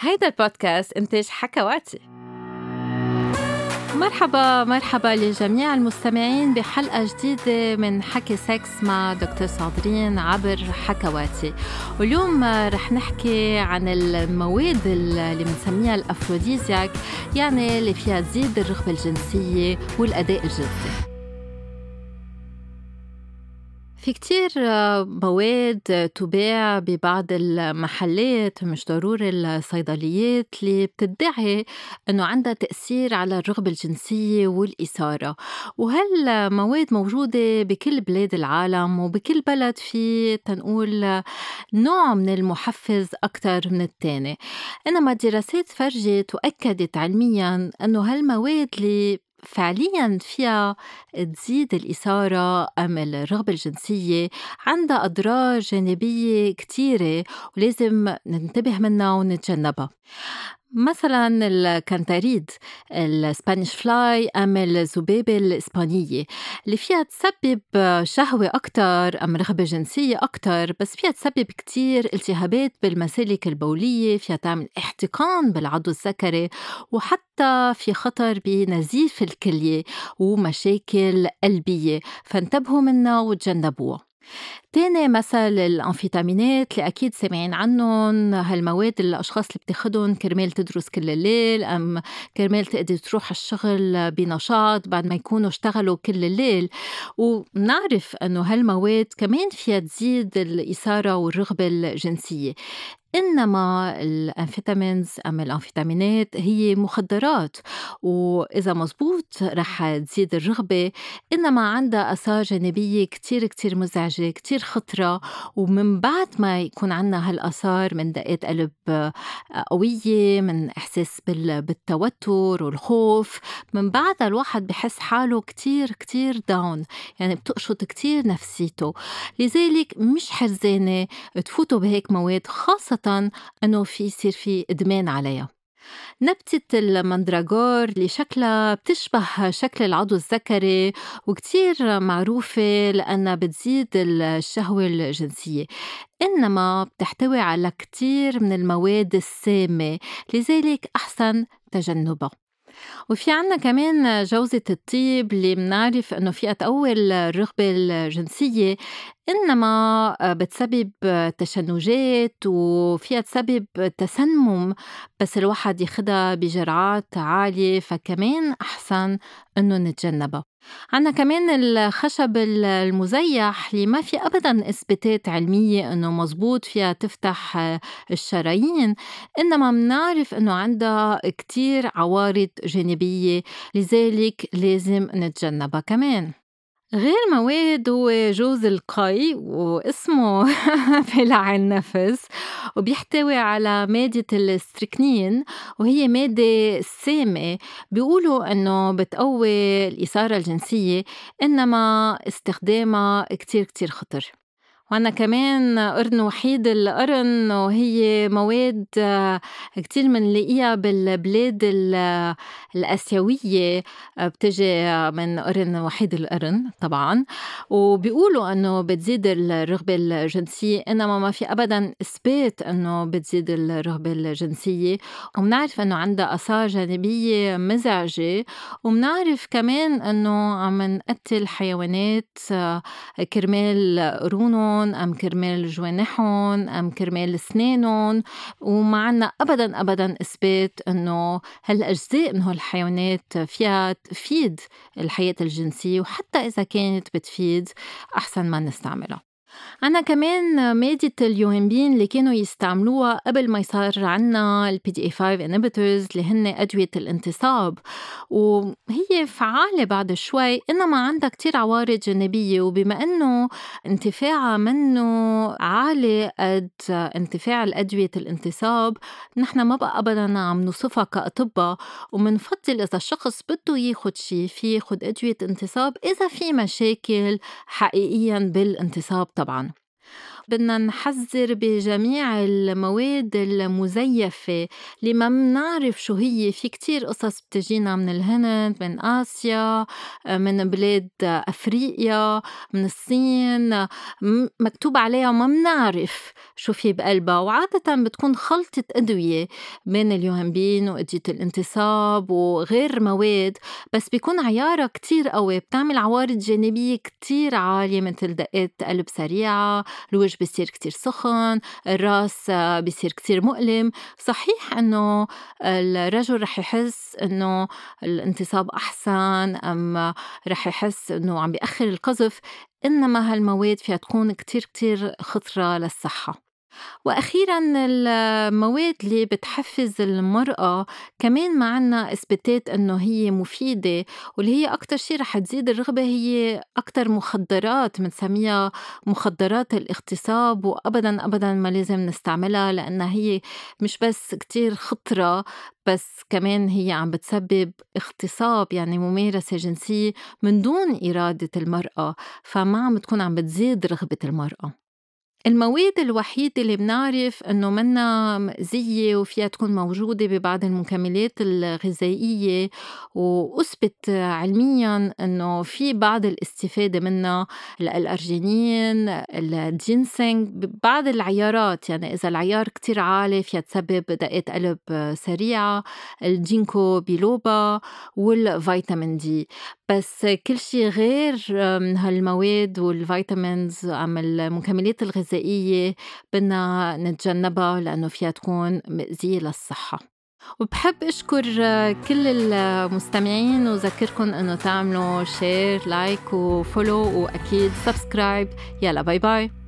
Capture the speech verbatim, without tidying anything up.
هيدا البودكاست إنتاج حكواتي. مرحبا مرحبا لجميع المستمعين بحلقة جديدة من حكي سكس مع دكتور صادرين عبر حكواتي. واليوم رح نحكي عن المواد اللي بنسميها الأفروديزياك، يعني اللي فيها تزيد الرغبة الجنسية والأداء الجنسي. في كتير مواد تباع ببعض المحلات، مش ضروري الصيدليات، اللي بتدعي أنه عندها تأثير على الرغبة الجنسية والإثارة. وهالمواد موجودة بكل بلاد العالم، وبكل بلد في تنقول نوع من المحفز أكتر من التاني. إنما الدراسات فرجت وأكدت علمياً أنه هالمواد اللي فعلياً فيها تزيد الإثارة أم الرغبة الجنسية عندها أضرار جانبية كتيرة، ولازم ننتبه منها ونتجنبها. مثلاً الكنتاريد، السبانيش فلاي أم الذبابة الإسبانية، اللي فيها تسبب شهوة أكتر أم رغبة جنسية أكتر، بس فيها تسبب كتير التهابات بالمسالك البولية، فيها تعمل احتقان بالعضو الذكري، وحتى في خطر بنزيف الكلية ومشاكل قلبية، فانتبهوا منها وتجنبوها. تاني مثل الأنفيتامينات اللي أكيد سمعين عنهم، هالمواد اللي الأشخاص اللي بتاخدهم كرمال تدرس كل الليل أم كرمال تقدر تروح الشغل بنشاط بعد ما يكونوا اشتغلوا كل الليل. ونعرف أنه هالمواد كمان فيها تزيد الإثارة والرغبة الجنسية. إنما الأنفيتامينز أم الأنفيتامينات هي مخدرات، وإذا مزبوط رح تزيد الرغبة، إنما عندها آثار جانبية كتير كتير مزعجة، كتير خطرة. ومن بعد ما يكون عنا هالآثار من دقات قلب قوية، من إحساس بالتوتر والخوف، من بعد الواحد بحس حاله كتير كتير داون، يعني بتقشط كتير نفسيته. لذلك مش حرزانة تفوتوا بهيك مواد، خاصة أنه في يصير في إدمان عليها. نبتة المندراغور اللي شكلها بتشبه شكل العضو الذكري وكتير معروفة لأنها بتزيد الشهوة الجنسية، إنما بتحتوي على كتير من المواد السامة، لذلك أحسن تجنبها. وفي عنا كمان جوزة الطيب اللي منعرف أنه فيها تقوي الرغبة الجنسية، إنما بتسبب تشنجات وفيها تسبب تسمم بس الواحد ياخدها بجرعات عالية، فكمان أحسن أنه نتجنبها. عنا كمان الخشب المزيح اللي ما في أبداً إثباتات علمية أنه مزبوط فيها تفتح الشرايين، إنما منعرف أنه عندها كتير عوارض جانبية، لذلك لازم نتجنبها كمان. غير مواد هو جوز القي، واسمه بلع النفس، وبيحتوي على مادة الستريكنين، وهي مادة سامة بيقولوا أنه بتقوي الإثارة الجنسية، إنما استخدامها كتير كتير خطر. وعنا كمان قرن وحيد القرن، وهي مواد كتير منلاقيها بالبلاد الآسيوية، بتجي من قرن وحيد القرن طبعاً، وبيقولوا أنه بتزيد الرغبة الجنسية، إنما ما في أبداً إثبات أنه بتزيد الرغبة الجنسية. ومنعرف أنه عندها آثار جانبية مزعجة، ومنعرف كمان أنه عم نقتل حيوانات كرمال قرونهم أم كرمال جوانحهم أم كرمال سنانهم، وما عنا أبداً أبداً إثبات أنه هالأجزاء من هالحيوانات فيها تفيد الحياة الجنسية، وحتى إذا كانت بتفيد أحسن ما نستعملها. عنا كمان مادة اليوهمبين اللي كانوا يستعملوها قبل ما يصير عنا ال بي دي إيه خمسة inhibitors اللي هن أدوية الانتصاب، وهي فعالة بعد شوي، إنما عندها كتير عوارض جانبية. وبما أنه انتفاعها منه عالي قد انتفاع الأدوية الانتصاب، نحن ما بقى أبداً عم نوصفها كأطباء، ومنفضل إذا الشخص بده ياخد شي في ياخد أدوية انتصاب إذا في مشاكل حقيقياً بالانتصاب طبعاً. بدنا نحذّر بجميع المواد المزيفة اللي ما منعرف شو هي. في كتير قصص بتجينا من الهند، من آسيا، من بلاد أفريقيا، من الصين، م- مكتوب عليها ما منعرف شو في بقلبها، وعادة بتكون خلطة أدوية بين اليوهمبين وأدوية الانتصاب وغير مواد، بس بيكون عيارها كتير قوي، بتعمل عوارض جانبية كتير عالية مثل دقات قلب سريعة، الوجه بيصير كتير سخن، الراس بيصير كتير مؤلم. صحيح إنه الرجل رح يحس إنه الانتصاب أحسن، أم رح يحس إنه عم بيأخر القذف، إنما هالمواد فيها تكون كتير كتير خطرة للصحة. وأخيرا المواد اللي بتحفز المرأة كمان ما عنا إثباتات إنه هي مفيدة، واللي هي أكتر شي رح تزيد الرغبة هي أكتر مخدرات منسميها مخدرات الاغتصاب، وأبدا أبدا ما لازم نستعملها لأنها هي مش بس كتير خطرة، بس كمان هي عم بتسبب اغتصاب، يعني ممارسة جنسية من دون إرادة المرأة، فما عم بتكون عم بتزيد رغبة المرأة. المواد الوحيدة اللي بنعرف إنه منا مأزية وفيها تكون موجودة ببعض المكملات الغذائية، وأثبت علمياً إنه في بعض الاستفادة منها، الأرجينين، الجينسينج، ببعض العيارات، يعني إذا العيار كتير عالي فيها تسبب دقات قلب سريعة، الجينكو بيلوبا والفيتامين دي. بس كل شي غير من هالمواد والفيتامينز أم المكملات الغذائية بدنا نتجنبها لأنه فيها تكون مؤذية للصحة. وبحب أشكر كل المستمعين وذكركن أنه تعملوا شير لايك وفولو وأكيد سبسكرايب. يلا باي باي.